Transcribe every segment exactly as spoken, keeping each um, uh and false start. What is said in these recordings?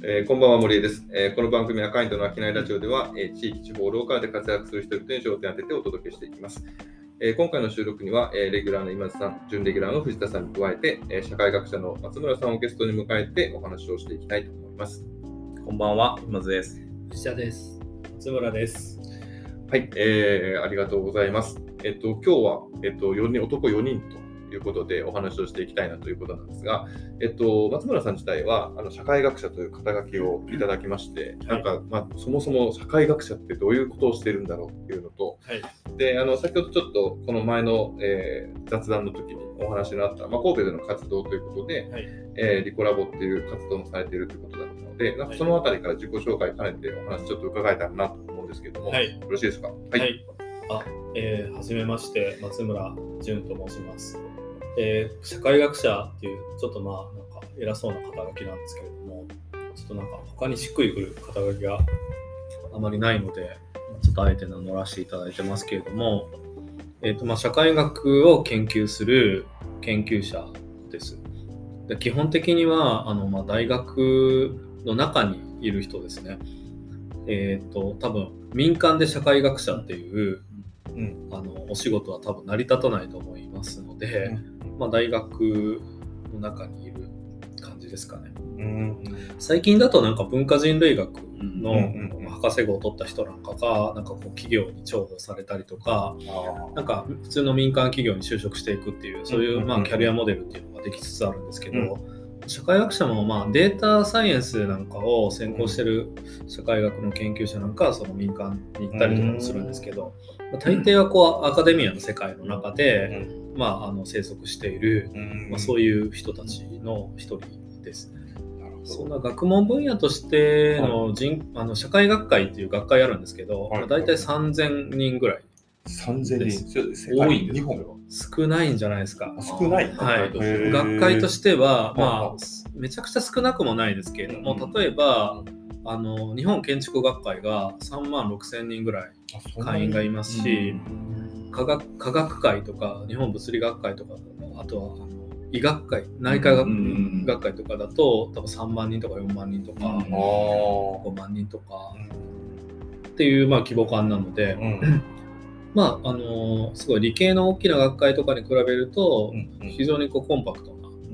えー、こんばんは、森江です。えー、この番組、赤いとの商いラジオでは、えー、地域、地方、ローカルで活躍する人々に焦点を当ててお届けしていきます。えー、今回の収録には、えー、レギュラーの今津さん、準レギュラーの藤田さんに加えて、えー、社会学者の松村さんをゲストに迎えてお話をしていきたいと思います。 こんばんは、今津です。 藤田です。松村です。 はい、えー、ありがとうございます。えっと、今日は、えっと、よにん男よにんということでお話をしていきたいなということなんですが、えっと、松村さん自体はあの社会学者という肩書きをいただきまして、はい、なんか、まあ、そもそも社会学者ってどういうことをしているんだろうっていうのと、はい、であの先ほどちょっとこの前の、えー、雑談の時にお話のあった、まあ、神戸での活動ということで、はい、えー、リコラボっていう活動もされているということだったので、なんかそのあたりから自己紹介兼ねてお話ちょっと伺えたらなと思うんですけれども、はい、よろしいですか？はい、 はい、あ、えー、はじめまして、松村淳と申します。えー、社会学者っていうちょっとまあなんか偉そうな肩書きなんですけれども、ちょっとなんか他にしっくりくる肩書きがあまりないので、ちょっとあえて名乗らせていただいてますけれども、えーとまあ、社会学を研究する研究者です。で基本的にはあの、まあ、大学の中にいる人ですね。えーと多分民間で社会学者っていう、うん、あのお仕事は多分成り立たないと思いますので、うんまあ、大学の中にいる感じですかね。うん、最近だとなんか文化人類学の博士号を取った人なんかがなんかこう企業に重宝されたりとか、なんか普通の民間企業に就職していくっていうそういうまあキャリアモデルっていうのができつつあるんですけど、うん、社会学者もまあデータサイエンスなんかを専攻してる社会学の研究者なんかはその民間に行ったりとかもするんですけど、まあ、大抵はこうアカデミアの世界の中で、うんまあ、あの生息している、うんまあ、そういう人たちの一人です。そんな学問分野としての人、はい、あの社会学会っていう学会あるんですけど、はいまあ、大体さんぜんにんぐらいさんぜんにん多いんです。日本少ないんじゃないですか。 少ない、 はい、学会としては、まあ、めちゃくちゃ少なくもないですけれども、例えばあの日本建築学会がさんまんろくせんにんぐらい会員がいますし、科学、科学会とか日本物理学会とか、あとはあの医学会、内科学、学会とかだと多分さんまんにんとかよんまんにんとかごまんにんとかっていうまあ規模感なので、うんまああのー、すごい理系の大きな学会とかに比べると非常にこうコンパクトな、うん、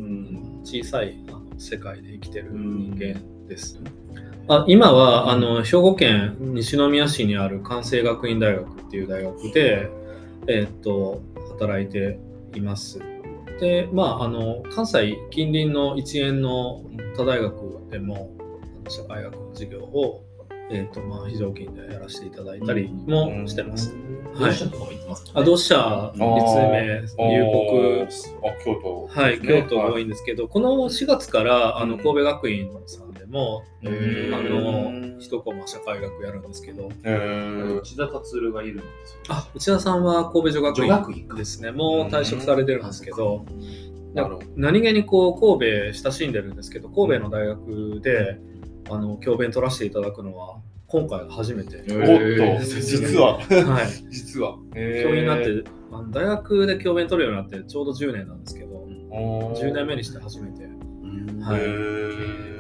小さいあの世界で生きてる人間です。あ今はあの兵庫県西宮市にある関西学院大学っていう大学で、えー、っと働いています。で、まあ、あの関西近隣の一円の他大学でも社会学の授業を、えーとまあ、非常勤でやらせていただいたりもしてます。 同志社とかも行ってますかね。 あ、同志社立命入国、 あ京都、 はい、京都が多いんですけど、このしがつからあの神戸学院さんでも、うん、あの一コマ社会学やるんですけど、 内田達がいるんですよ。 あ、内田さんは神戸女学院ですね。もう退職されてるんですけど、何気にこう神戸親しんでるんですけど、神戸の大学であの教鞭取らせていただくのは今回が初めて。 おっと、実は、はい、実は教員になってあの大学で教鞭取るようになってちょうどじゅうねんなんですけど、じゅうねんめにして初めて、はい、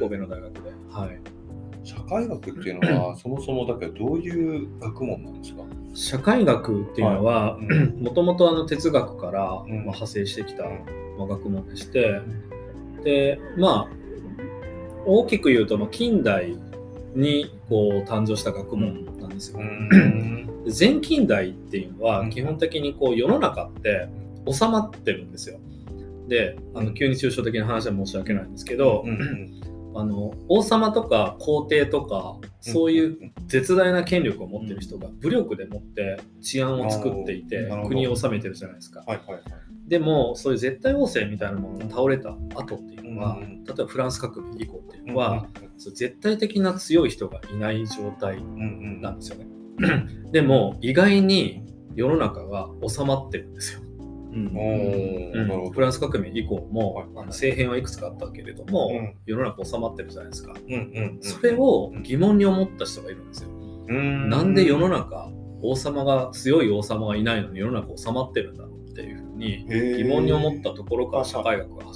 神戸の大学で、はい。 社会学っていうのはそもそもだけどどういう学問なんですか？ 社会学っていうのはもともと哲学から、まあ、派生してきた、まあ、学問でして、でまあ大きく言うと、まあ、近代にこう誕生した学問なんですよ。で前近代っていうのは基本的にこう世の中って収まってるんですよ。であの急に抽象的な話は申し訳ないんですけど、あの王様とか皇帝とかそういう絶大な権力を持っている人が武力でもって治安を作っていて国を治めてるじゃないですか。はいはいはい、でもそういう絶対王政みたいなものが倒れた後っていうのは、うん、例えばフランス革命以降っていうのは、うん、そう絶対的な強い人がいない状態なんですよね。うん、でも意外に世の中が収まってるんですよ。うんうん、フランス革命以降も、はいはい、あの政変はいくつかあったけれども、うん、世の中収まってるじゃないですか、うんうんうん、それを疑問に思った人がいるんですよ。うんなんで世の中王様が強い王様がいないのに世の中収まってるんだろうっていうふうに疑問に思ったところから社会学が始まったん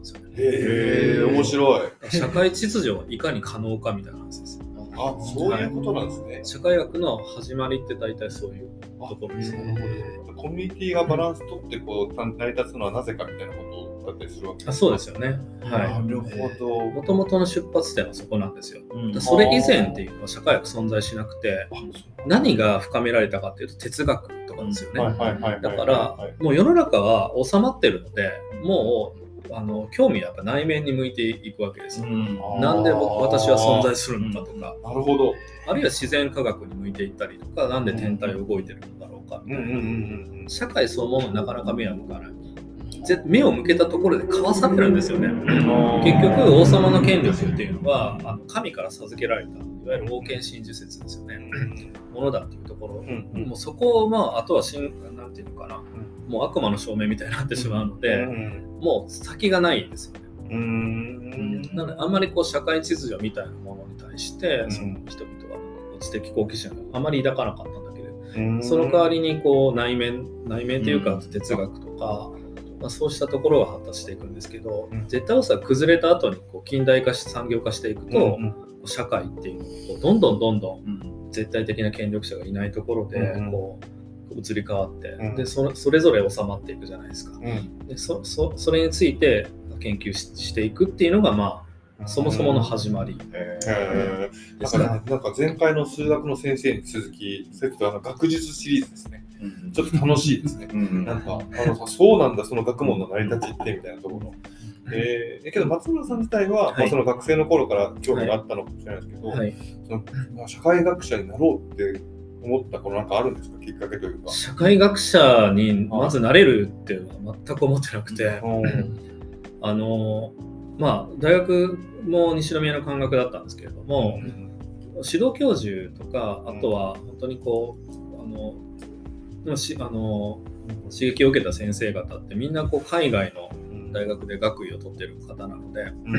ですよね。 へえ、面白い。 社会秩序をいかに可能かみたいな話です。 あ、そういうことなんですね。 社会学の始まりって大体そういうところですね。 コミュニティがバランス取ってこう成り立つのはなぜかみたいなことだったりするわけですか。 あ、そうですよね。はい。 なるほど。 もともとの出発点はそこなんですよ。 うん、 それ以前っていうのは社会学存在しなくて、何が深められたかっていうと哲学とかですよね。だからもう世の中は収まってるので、もうあの興味はやっぱ内面に向いていくわけですよ。うん、なんで私は存在するのかとか、 うん、なるほど。 あるいは自然科学に向いていったりとか、なんで天体は動いてるのだろうかみたいな。社会そのものになかなか目は向かない。目を向けたところで交わされるんですよね。結局王様の権力っていうのはあの神から授けられたいわゆる王権真珠説ですよね。ものだっていうところ、うんうん、もうそこをまああとはしんなんていうのかな、うん、もう悪魔の証明みたいになってしまうので、うん、もう先がないんですよね。うん、なのであんまりこう社会秩序みたいなものに対して、うん、その人々は知的好奇心があまり抱かなかったんだけど、うん、その代わりにこう内面内面というか哲学とか、うんまあ、そうしたところが発達していくんですけど、うん、絶対おそらく崩れた後にこう近代化し産業化していくと、うん、社会っていうのがこうどんどんどんどん絶対的な権力者がいないところでこう移り変わって、うん、で そ, それぞれ収まっていくじゃないですか、うん、で そ, そ, それについて研究 し, していくっていうのがまあそもそもの始まり、うんえー、だからなんか前回の数学の先生に続きそれとあの学術シリーズですね、うん、ちょっと楽しいですね、うん、なんかあのそうなんだその学問の成り立ちってみたいなところ、えー、けど松村さん自体は、はいまあ、その学生の頃から興味があったのかもしれないですけど、はい、その社会学者になろうって思ったことなんかあるんですか、きっかけというか。 社会学者にまずなれるっていうのは全く思ってなくて、あのまあ大学も西宮の漢学だったんですけれども、うん、指導教授とかあとは本当にこうあのあの刺激を受けた先生方ってみんなこう海外の大学で学位を取ってる方なので、うん、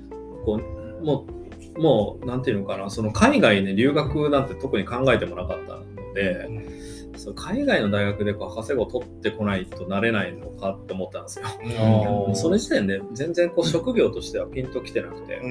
こうもうもうなんていうのかな、その海外で留学なんて特に考えてもなかったので、うん、その海外の大学でこう博士号を取ってこないとなれないのかって思ったんですよ。うん、その時点で全然こう職業としてはピンときてなくて、うん、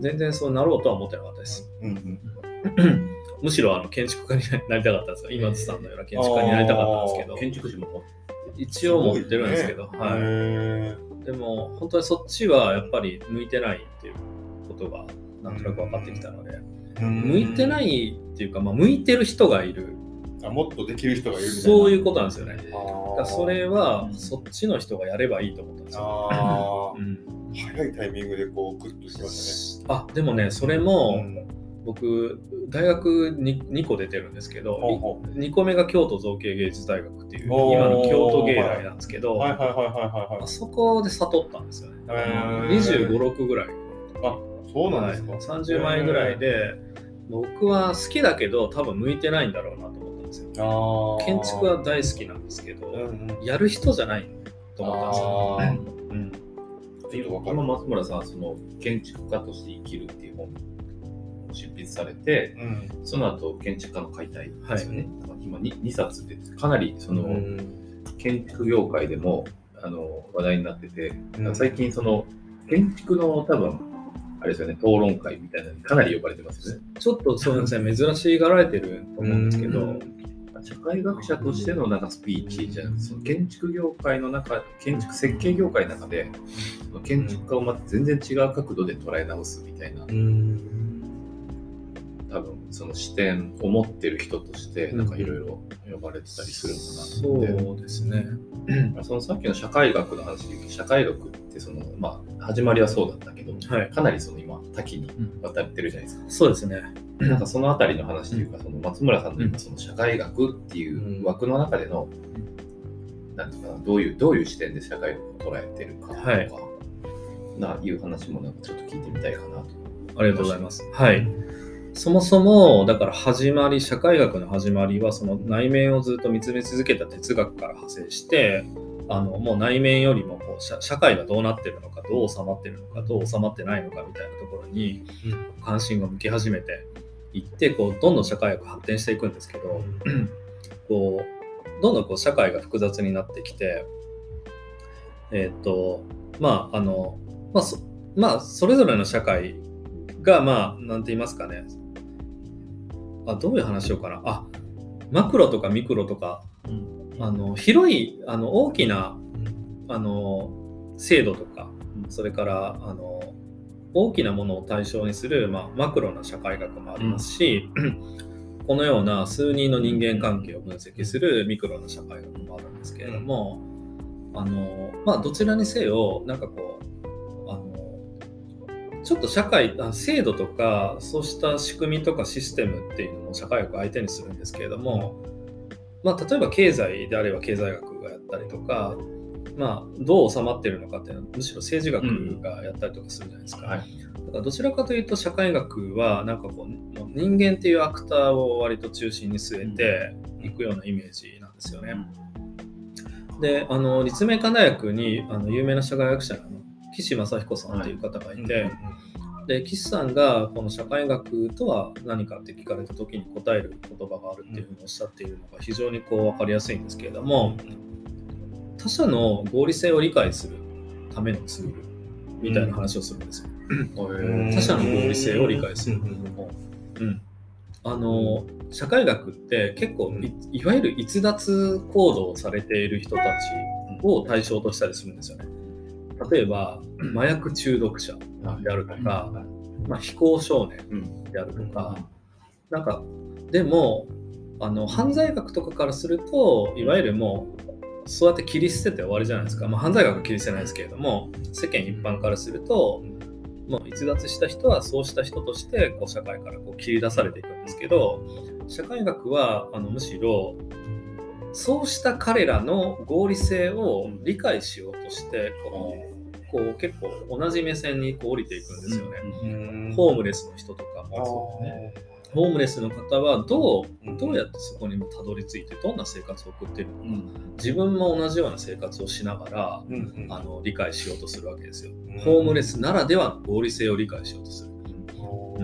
全然そうなろうとは思ってなかったです。うんうん、むしろあの建築家になりたかったんですよ。今津さんのような建築家になりたかったんですけど、 建築士も一応持ってるんですけど、ねはい、でも本当にそっちはやっぱり向いてないっていうことがなんとなく分かってきたので、向いてないっていうか、まあ、向いてる人がいる、 あもっとできる人がいるみたいな、 そういうことなんですよね。だそれはそっちの人がやればいいと思ったんですよ。 あ、うん、早いタイミングでこうグッときましたね。 あでもねそれも、うん僕大学 2, にこ出てるんですけど、にこめが京都造形芸術大学っていう今の京都芸大なんですけど、あそこで悟ったんですよね。だからにじゅうご、ろくぐらい。 あ、そうなんですか。はい、 さんじゅうまいぐらいで僕は好きだけど多分向いてないんだろうなと思ったんですよ。建築は大好きなんですけど、うんうん、やる人じゃないと思ったんですよ。うん、 今松村さんはその建築家として生きるっていう本執筆されて、うん、その後建築家の解体ですよね、はい、今 2, にさつでかなりその、うん、建築業界でもあの話題になってて、うん、最近その建築の多分あれですよね、討論会みたいなのにかなり呼ばれてますよね。 ちょっとそうですね珍しがられてると思うんですけど、うん、 社会学者としてのなんかスピーチじゃなくて、その建築業界の中建築設計業界の中でその建築家をまた全然違う角度で捉え直すみたいな、うん多分その視点を持ってる人としてなんかいろいろ呼ばれてたりするのかなって、 うん、そうですねそのさっきの社会学の話で言うと社会学ってその、まあ、始まりはそうだったけど、はい、かなりその今多岐にわたってるじゃないですか、 うん、そうですねなんかそのあたりの話というか、その松村さんの今その社会学っていう枠の中での、うん、なんていうかな、どういうどういう視点で社会学を捉えてるかとか、はい、ないう話もなんかちょっと聞いてみたいかなと。 ありがとうございます。はい。そもそもだから始まり社会学の始まりはその内面をずっと見つめ続けた哲学から派生して、あのもう内面よりもこう 社, 社会がどうなってるのか、どう収まってるのか、どう収まってないのかみたいなところに関心が向き始めていって、こうどんどん社会学発展していくんですけど、こうどんどんこう社会が複雑になってきて、えー、っとまああの、まあそまあ、それぞれの社会がまあなんて言いますかね、あどういう話しようかな、あマクロとかミクロとか、うん、あの広いあの大きな、うん、あの制度とか、うん、それからあの大きなものを対象にする、まあ、マクロな社会学もありますし、うん、このような数人の人間関係を分析するミクロな社会学もあるんですけれども、うん、あのまあどちらにせよなんかこうあのちょっと社会制度とかそうした仕組みとかシステムっていうのも社会学を相手にするんですけれども、まあ、例えば経済であれば経済学がやったりとか、まあ、どう収まっているのかっていうのはむしろ政治学がやったりとかするじゃないですか、うんはい、だからどちらかというと社会学はなんかこう人間っていうアクターを割と中心に据えていくようなイメージなんですよね。であの立命館大学にあの有名な社会学者の岸正彦さんっていう方がいて、はい、で岸さんがこの社会学とは何かって聞かれた時に答える言葉があるっていうふうにおっしゃっているのが非常にこう分かりやすいんですけれども、他者の合理性を理解するためのツールみたいな話をするんですよ、うん、他者の合理性を理解する、うん、あの社会学って結構 い, いわゆる逸脱行動をされている人たちを対象としたりするんですよね。例えば麻薬中毒者であるとか、まあ、非行少年であるとか、なんかでもあの犯罪学とかからするといわゆるもうそうやって切り捨てて終わりじゃないですか、まあ、犯罪学は切り捨てないですけれども世間一般からするともう逸脱した人はそうした人としてこう社会からこう切り出されていくんですけど、社会学はあのむしろそうした彼らの合理性を理解しようとしてこうこう結構同じ目線にこう降りていくんですよね、うん、ホームレスの人とかもそうね、ホームレスの方はどう、どうやってそこにもたどり着いてどんな生活を送っているのか、うん、自分も同じような生活をしながら、うん、あの理解しようとするわけですよ、うん、ホームレスならではの合理性を理解しようとする、うん、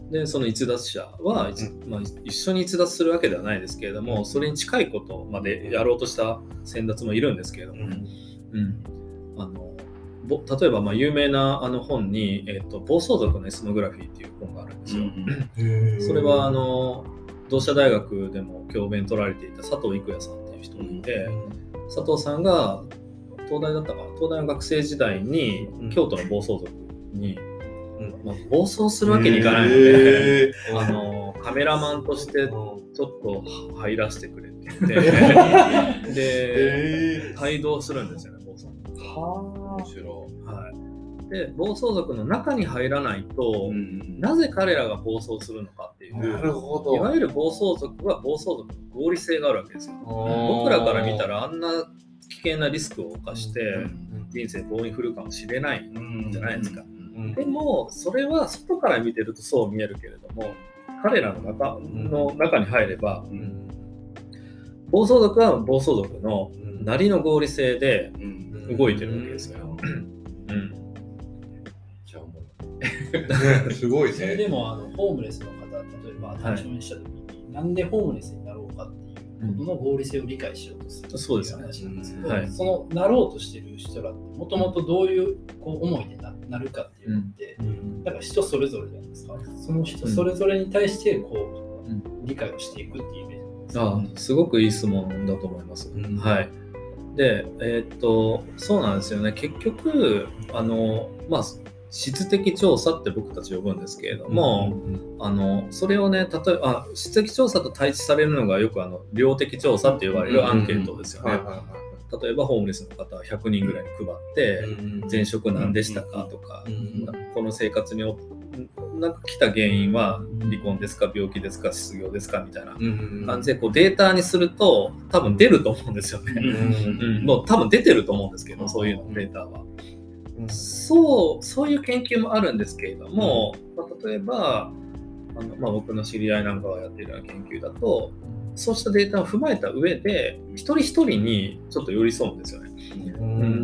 でその逸脱者は、うんまあ、一緒に逸脱するわけではないですけれども、それに近いことまでやろうとした先達もいるんですけれども、うんうん、あの例えばまあ有名なあの本に、えーと、暴走族のエスノグラフィーっていう本があるんですよ、うん、それはあの同志社大学でも教鞭取られていた佐藤育也さんっていう人がいて、うん、佐藤さんが東大だったか東大の学生時代に京都の暴走族に、うんまあ、暴走するわけにいかないので、あのカメラマンとしてちょっと入らせてくれって言ってで帯同するんですよね、暴走。は面白い、はい、で暴走族の中に入らないと、うん、なぜ彼らが暴走するのかっていう、なるほど、いわゆる暴走族は暴走族の合理性があるわけですよ。僕らから見たらあんな危険なリスクを冒して人生棒に振るかもしれないんじゃないですか、うんうん、でもそれは外から見てるとそう見えるけれども彼らの 中, の中に入れば、うん、暴走族は暴走族のなりの合理性で動いてるわけですよ、うんうん、 じゃあもうすごいね。 それでもあのホームレスの方、例えば対象にした時に、はい、なんでホームレスになろうかっていうことの合理性を理解しようとするっていう話なんですけど、うん、はい、そのなろうとしてる人らってもともとどういうこう思いで な, なるかっていうのって、うん、だから人それぞれじゃないですか。その人それぞれに対してこう、うん、理解をしていくっていうイメージなんですか、 ね、あ、すごくいい質問だと思います、うん、はい。で、えー、っとそうなんですよね。結局あの、まあ、質的調査って僕たち呼ぶんですけれども、うんうんうん、あのそれをね、例えばあ質的調査と対峙されるのがよくあの量的調査って呼ばれるアンケートですよね。例えばホームレスの方はひゃくにんぐらいに配って、うん、前職何でしたかとか、うん、この生活になんか来た原因は離婚ですか、病気ですか、失業ですかみたいな感じでこうデータにすると多分出ると思うんですよね、うんうん、もう多分出てると思うんですけど、そういうのデータは、うん、そう、そういう研究もあるんですけれども、まあ、例えばあの、まあ、僕の知り合いなんかがやっているような研究だとそうしたデータを踏まえた上で一人一人にちょっと寄り添うんですよね、うん、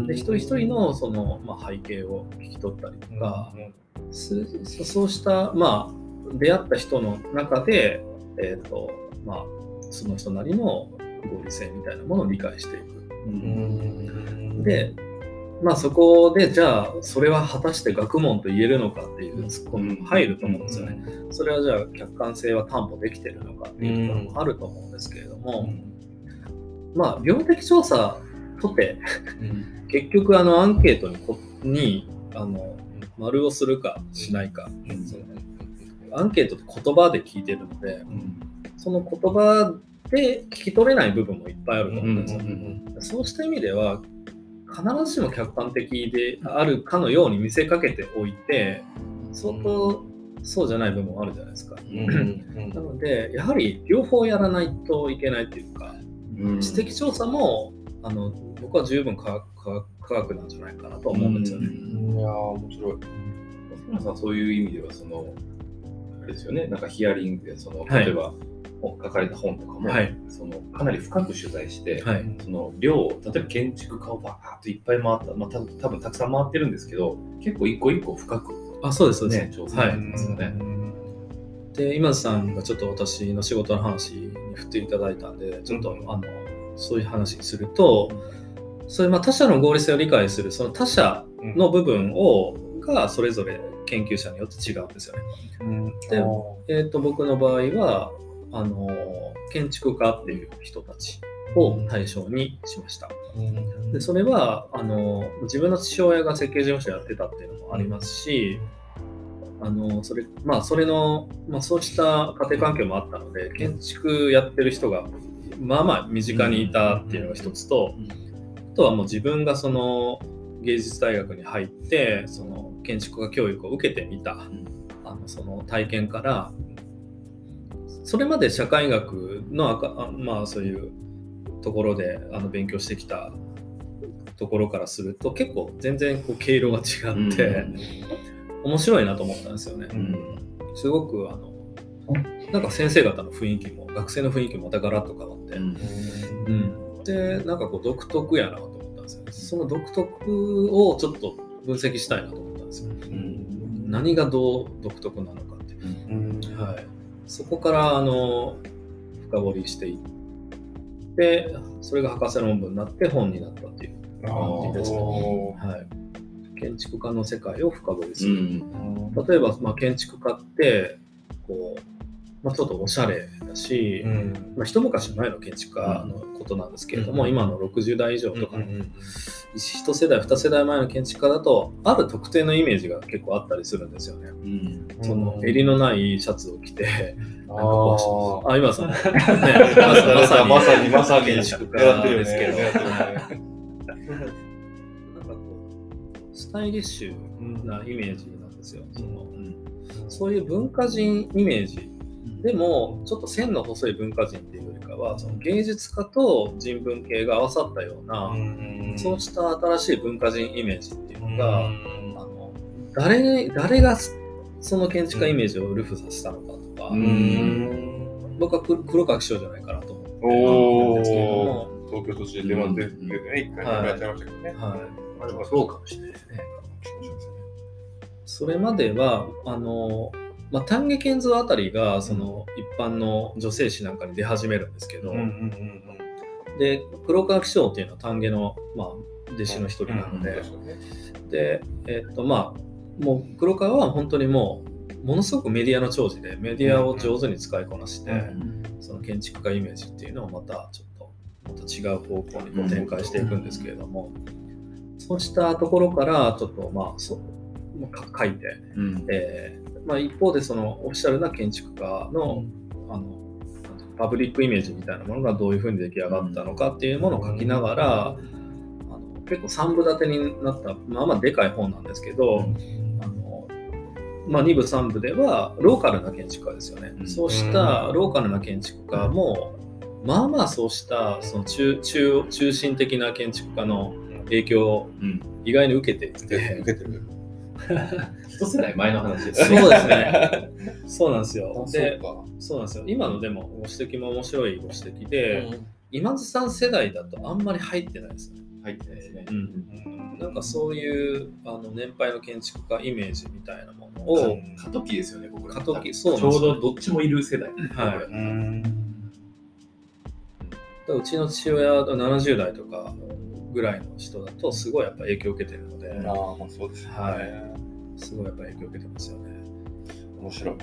で一人一人の、その、まあ、背景を聞き取ったりとか、うんそ, そうした、まあ、出会った人の中で、えーとまあ、その人なりの合理性みたいなものを理解していく、うん、でまあそこでじゃあそれは果たして学問と言えるのかっていうツッコミも入ると思うんですよね。それはじゃあ客観性は担保できてるのかっていうところもあると思うんですけれども、まあ量的調査とて結局あのアンケートにこにあの丸をするかしないか、そのアンケートって言葉で聞いてるので、その言葉で聞き取れない部分もいっぱいあると思うんですよ。そうした意味では必ずしも客観的であるかのように見せかけておいて、相当そうじゃない部分もあるじゃないですか。なのでやはり両方やらないといけないというか、知的調査もあの僕は十分科学、科学なんじゃないかなと思うんですよね。 いやー面白い。 松村さんそういう意味ではそのあれですよね、なんかヒアリングでその例えば、はい、書かれた本とかも、はい、そのかなり深く取材して、はい、その量、例えば建築家をバーッといっぱい回った、まあ、た多分たくさん回ってるんですけど、結構一個一個深く、 あ、そうですそうです、 ね、調査されてますよね。はい、 で今津さんがちょっと私の仕事の話に振っていただいたんで、ちょっと、うん、あのそういう話にすると、そういうまあ他者の合理性を理解するその他者の部分を、うん、がそれぞれ研究者によって違うんですよね。うん、で、えーと、僕の場合はあの建築家っていう人たちを対象にしました。でそれはあの自分の父親が設計事務所やってたっていうのもありますし、あのそれまあそれの、まあ、そうした家庭環境もあったので、建築やってる人がまあまあ身近にいたっていうのが一つと、あとはもう自分がその芸術大学に入ってその建築家教育を受けてみた、あのその体験から、それまで社会学のあまあそういうところであの勉強してきたところからすると結構全然こう毛色が違って、うん、面白いなと思ったんですよね。うん、すごくあのなんか先生方の雰囲気も学生の雰囲気もまたガラッと変わって、うんうん、でなんかこう独特やなと思ったんですよね。その独特をちょっと分析したいなと思ったんですよ。うん、何がどう独特なのかって、うん、はい。そこからあの深掘りしていってそれが博士論文になって本になったっていう感じですね。はい、建築家の世界を深掘りする、うん、例えば、まあ、建築家ってこう、まあ、ちょっとおしゃれだし、うんまあ、一昔前の建築家のことなんですけれども、うん、今のろくじゅう代以上とかの、うん、一世代二世代前の建築家だとある特定のイメージが結構あったりするんですよね。うん、その襟のないシャツを着てなんかこうあ今さん、ね、まさにまさにまさに建築家ですけど、なんかこうスタイリッシュなイメージなんですよ。その、うん、そういう文化人イメージでもちょっと線の細い文化人っていうよりかはその芸術家と人文系が合わさったような、うん、そうした新しい文化人イメージっていうのが、うん、あの 誰, 誰がその建築家イメージをルフさせたのかとか、うん、僕は黒川紀章じゃないかなと思ってるんですけれども、 東京都市では出てね、一回やっちゃいましたけどね。はいはい、そうかもしれないですね。それまではあのまあ、丹下健三あたりがその一般の女性誌なんかに出始めるんですけど、うんうんうんうん、で黒川紀章っていうのは丹下の、まあ、弟子の一人なので、うんうん、で、えーっとまあ、もう黒川は本当にもうものすごくメディアの長寿でメディアを上手に使いこなして、うんうん、その建築家イメージっていうのをまたちょっとまた違う方向にこう展開していくんですけれども、うん、そうしたところからちょっとまあそう書いて、うんえーまあ、一方でそのオフィシャルな建築家の、うん、あのパブリックイメージみたいなものがどういうふうに出来上がったのかっていうものを書きながら、うん、あの結構三部立てになったまあまあでかい本なんですけど、うん、あのまあ、に部さん部ではローカルな建築家ですよね、うん、そうしたローカルな建築家も、うん、まあまあそうしたその 中, 中, 中心的な建築家の影響を意外に受けていて、うん、受けてる一世代前の話ですね。そうですね。そうなんですよ。で、そうなんですよ。今のでもご指摘も面白いご指摘で、うん、今津さん世代だとあんまり入ってないですね。 入ってないですね。 うん。なんかそういうあの年配の建築家イメージみたいなものを過渡期ですよね。僕ら。 過渡期、そうなんですよ。ちょうどどっちもいる世代。 はい。うん。うちの父親はななじゅう代とかぐらいの人だとすごいやっぱ影響を受けてるので、 ああ、まあそうですね。 はい、すごいやっぱ影響を受けてますよね。 面白い。うん、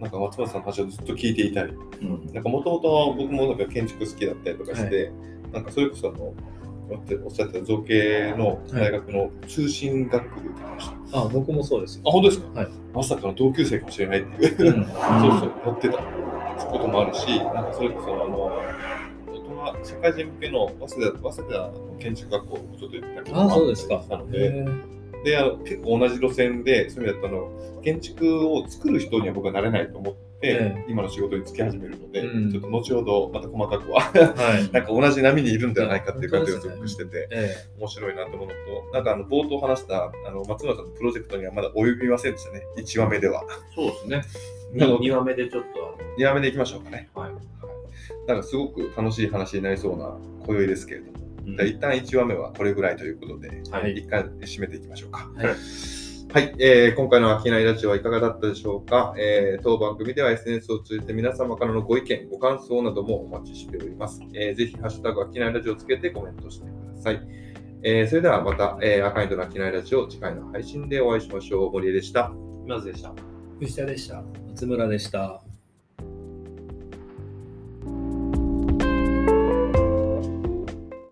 なんか松村さんの話をずっと聞いていたい。 うん、 なんかもともと僕もなんか建築好きだったりとかして、はい、なんかそれこそあのおっしゃってた造形の大学の通信学部でました。 はい、あ、僕もそうです。 あ、本当ですか？ はい。 まさかの同級生かもしれないっていう、うん、そうそうやってたこともあるし、なんかそれこそあの大人社会人向けの早稲田早稲田の建築学校をちょっと行ったりとかもあったので。であの結構同じ路線で、そういう意味だったの建築を作る人には僕はなれないと思って、ええ、今の仕事に就き始めるので、うん、ちょっと後ほどまた細かくは、はい、なんか同じ波にいるんではないかっていう感じがすごくしてて、ええ、面白いなと思うのと、なんかあの冒頭話したあの松村さんのプロジェクトにはまだ及びませんでしたね、いちわめでは。 そうですね。にわめでちょっとにわめでいきましょうかね。 はい。 なんかすごく楽しい話になりそうな今宵ですけれども。うん、一旦いちわめはこれぐらいということで、はい、一回締めていきましょうか。はい、はい、えー、今回の商いラジオはいかがだったでしょうか。えー、当番組では エスエヌエス を通じて皆様からのご意見、ご感想などもお待ちしております。えー、ぜひハッシュタグ商いラジオをつけてコメントしてください。えー、それではまた、えー、アカインドの商いラジオ次回の配信でお会いしましょう。森江でした。 今津でした。 藤田でした。 松村でした。